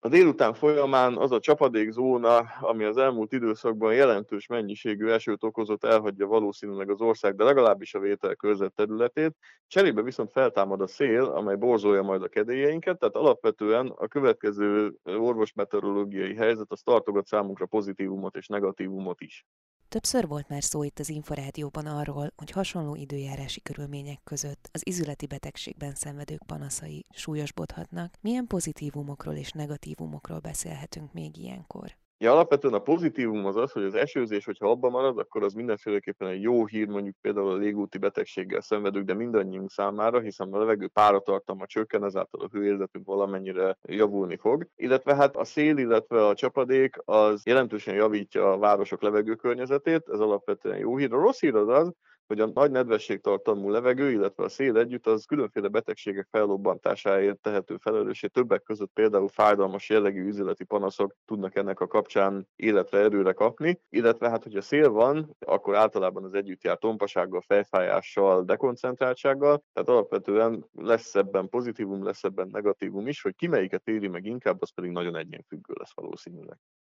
A délután folyamán az a csapadékzóna, ami az elmúlt időszakban jelentős mennyiségű esőt okozott, elhagyja valószínűleg az ország, de legalábbis a vételkörzet területét. Cserébe viszont feltámad a szél, amely borzolja majd a kedélyeinket, tehát alapvetően a következő orvosmeteorológiai helyzet az tartogat számunkra pozitívumot és negatívumot is. Többször volt már szó itt az Inforádióban arról, hogy hasonló időjárási körülmények között az izületi betegségben szenvedők panaszai súlyosbodhatnak. Milyen pozitívumokról és negatívumokról beszélhetünk még ilyenkor? Ja, alapvetően a pozitívum az az, hogy az esőzés, hogyha abba marad, akkor az mindenféleképpen egy jó hír, mondjuk például a légúti betegséggel szenvedők, de mindannyiunk számára, hiszen a levegő páratartalma csökken, ezáltal a hőérzetünk valamennyire javulni fog. Illetve hát a szél, illetve a csapadék az jelentősen javítja a városok levegőkörnyezetét, ez alapvetően jó hír. A rossz hír az az, hogy a nagy nedvességtartalmú levegő, illetve a szél együtt az különféle betegségek fellobbantásáért tehető felelőssé. Többek között például fájdalmas jellegű üzleti panaszok tudnak ennek a kapcsán életre, erőre kapni, illetve hát, hogyha szél van, akkor általában az együtt jár tompasággal, fejfájással, dekoncentráltsággal, tehát alapvetően lesz ebben pozitívum, lesz ebben negatívum is, hogy ki melyiket éri meg inkább, az pedig nagyon egyénfüggő lesz valószínűleg.